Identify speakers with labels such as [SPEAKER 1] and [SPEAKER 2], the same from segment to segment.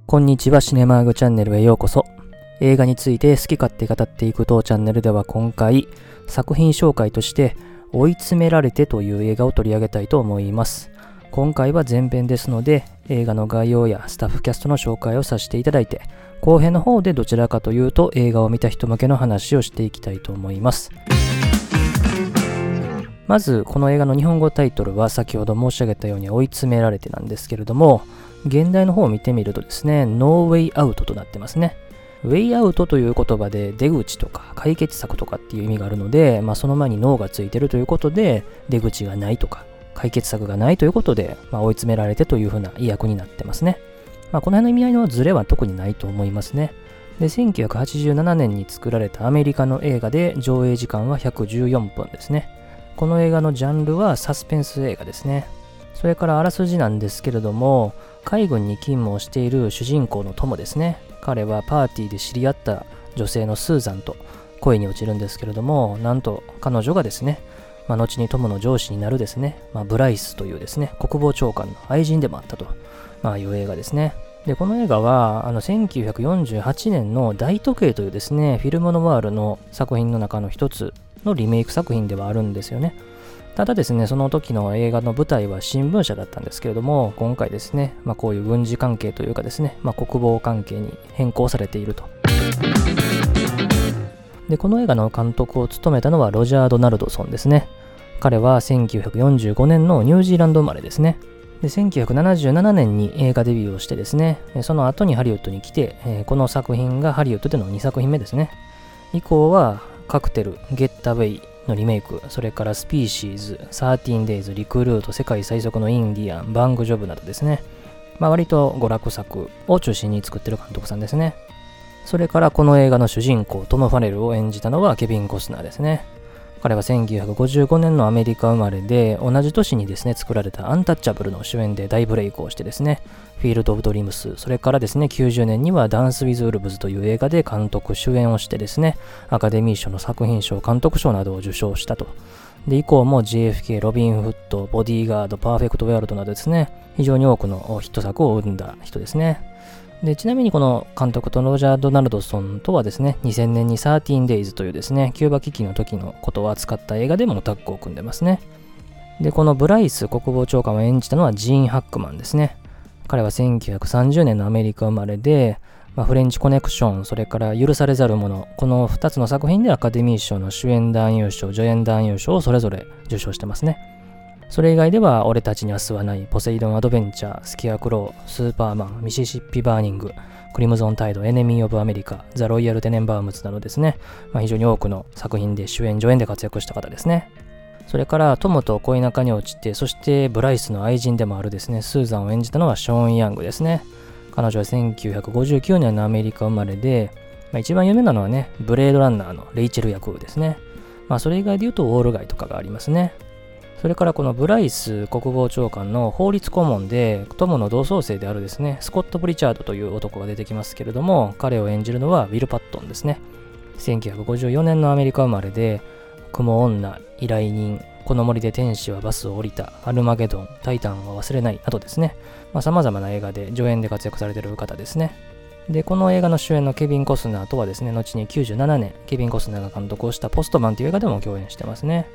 [SPEAKER 1] こんにちは、シネマーグチャンネルへようこそ。映画について好き勝手語っていく当チャンネルでは今回、作品紹介として追い詰められてという映画を取り上げたいと思います。今回は前編ですので、映画の概要やスタッフキャストの紹介をさせていただいて、後編の方でどちらかというと映画を見た人向けの話をしていきたいと思います。まず、この映画の日本語タイトルは先ほど申し上げたように追い詰められてなんですけれども、現代の方を見てみるとですね、ノーウェイアウトとなってますね。ウェイアウトという言葉で出口とか解決策とかっていう意味があるので、その前にノーがついてるということで、出口がないとか解決策がないということで、追い詰められてというふうな意訳になってますね。この辺の意味合いのズレは特にないと思いますね。で、1987年に作られたアメリカの映画で上映時間は114分ですね。この映画のジャンルはサスペンス映画ですね。それからあらすじなんですけれども、海軍に勤務をしている主人公のトムですね。彼はパーティーで知り合った女性のスーザンと恋に落ちるんですけれども、なんと彼女がですね、後にトムの上司になるですね、ブライスというですね、国防長官の愛人でもあったと、いう映画ですね。で、この映画は1948年の大時計というですね、フィルムノワールの作品の中の一つのリメイク作品ではあるんですよね。ただですね、その時の映画の舞台は新聞社だったんですけれども、今回ですね、こういう軍事関係というかですね、国防関係に変更されていると。で、この映画の監督を務めたのはロジャー・ドナルドソンですね。彼は1945年のニュージーランド生まれですね。で、1977年に映画デビューをしてですね、その後にハリウッドに来て、この作品がハリウッドでの2作品目ですね。以降はカクテル、ゲッタウェイのリメイク、それからスピーシーズ、13 Days、リクルート、世界最速のインディアン、バングジョブなどですね。割と娯楽作を中心に作ってる監督さんですね。それからこの映画の主人公、トム・ファレルを演じたのはケビン・コスナーですね。彼は1955年のアメリカ生まれで、同じ年にですね、作られたアンタッチャブルの主演で大ブレイクをしてですね、フィールド・オブ・ドリームス、それからですね、90年にはダンス・ウィズ・ウルブズという映画で監督・主演をしてですね、アカデミー賞の作品賞、監督賞などを受賞したと。で、以降も JFK、ロビン・フット、ボディーガード、パーフェクト・ワールドなどですね、非常に多くのヒット作を生んだ人ですね。で、ちなみにこの監督とロジャー・ドナルドソンとはですね、2000年に13 Days というですね、キューバ危機の時のことを扱った映画でもタッグを組んでますね。で、このブライス国防長官を演じたのはジーン・ハックマンですね。彼は1930年のアメリカ生まれで、フレンチコネクション、それから許されざる者、この2つの作品でアカデミー賞の主演男優賞、助演男優賞をそれぞれ受賞してますね。それ以外では、俺たちに明日はない、ポセイドン・アドベンチャー、スキアクロー、スーパーマン、ミシシッピ・バーニング、クリムゾン・タイド、エネミー・オブ・アメリカ、ザ・ロイヤル・テネンバームズなどですね、非常に多くの作品で主演・助演で活躍した方ですね。それからトムと恋仲に落ちて、そしてブライスの愛人でもあるですね、スーザンを演じたのはショーン・ヤングですね。彼女は1959年のアメリカ生まれで、一番有名なのはね、ブレードランナーのレイチェル役ですね。それ以外で言うとウォール街とかがありますね。それからこのブライス国防長官の法律顧問で、トムの同窓生であるですね、スコット・プリチャードという男が出てきますけれども、彼を演じるのはウィル・パットンですね。1954年のアメリカ生まれで、雲女、依頼人、この森で天使はバスを降りた、アルマゲドン、タイタンは忘れないなどですね、様々な映画で助演で活躍されている方ですね。で、この映画の主演のケビン・コスナーとはですね、後に97年、ケビン・コスナーが監督をしたポストマンという映画でも共演してますね。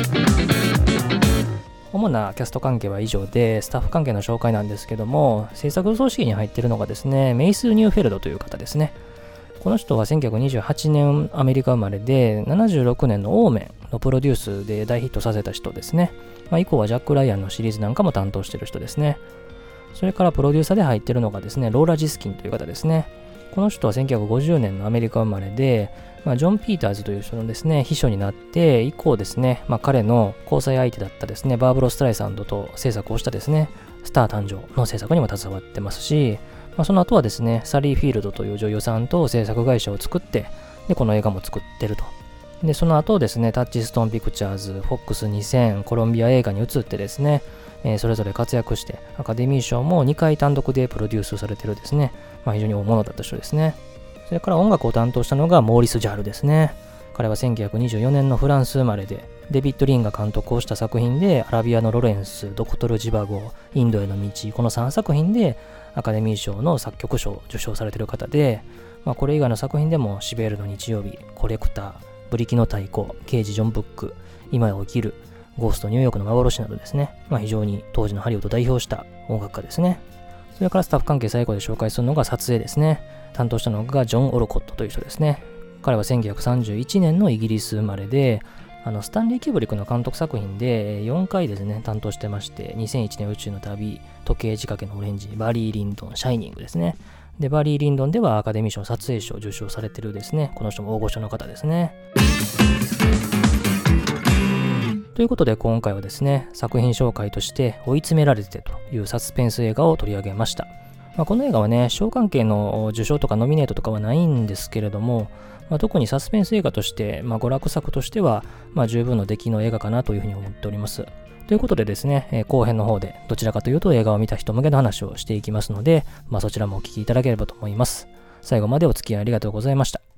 [SPEAKER 1] 主なキャスト関係は以上で、スタッフ関係の紹介なんですけども、制作組織に入っているのがですね、メイス・ニューフェルドという方ですね。この人は1928年アメリカ生まれで、76年のオーメンのプロデュースで大ヒットさせた人ですね。以降はジャック・ライアンのシリーズなんかも担当している人ですね。それからプロデューサーで入っているのがですね、ローラ・ジスキンという方ですね。この人は1950年のアメリカ生まれで、ジョン・ピーターズという人のですね、秘書になって、以降ですね、彼の交際相手だったですね、バーブロ・ストライサンドと制作をしたですね、スター誕生の制作にも携わってますし、その後はですね、サリー・フィールドという女優さんと制作会社を作って、で、この映画も作ってると。で、その後ですね、タッチストーン・ピクチャーズ、フォックス2000、コロンビア映画に移ってですね、それぞれ活躍して、アカデミー賞も2回単独でプロデュースされてるですね、非常に大物だった人ですね。それから音楽を担当したのがモーリス・ジャールですね。彼は1924年のフランス生まれで、デビッド・リンが監督をした作品で、アラビアのロレンス、ドクトル・ジバゴ、インドへの道、この3作品でアカデミー賞の作曲賞を受賞されている方で、これ以外の作品でもシベールの日曜日、コレクター、ブリキの太鼓、刑事ジョン・ブック、今を生きる、ゴーストニューヨークの幻などですね、非常に当時のハリウッドを代表した音楽家ですね。それからスタッフ関係最後で紹介するのが撮影ですね。担当したのがジョン・オロコットという人ですね。彼は1931年のイギリス生まれで、スタンリー・キューブリックの監督作品で4回ですね、担当してまして、2001年宇宙の旅、時計仕掛けのオレンジ、バリー・リンドン、シャイニングですね。で、バリー・リンドンではアカデミー賞撮影賞を受賞されてるですね、この人も大御所の方ですね。ということで今回はですね、作品紹介として追い詰められてというサスペンス映画を取り上げました。この映画はね、賞関係の受賞とかノミネートとかはないんですけれども、特にサスペンス映画として、娯楽作としては、十分の出来の映画かなというふうに思っております。ということでですね、後編の方でどちらかというと映画を見た人向けの話をしていきますので、そちらもお聞きいただければと思います。最後までお付き合いありがとうございました。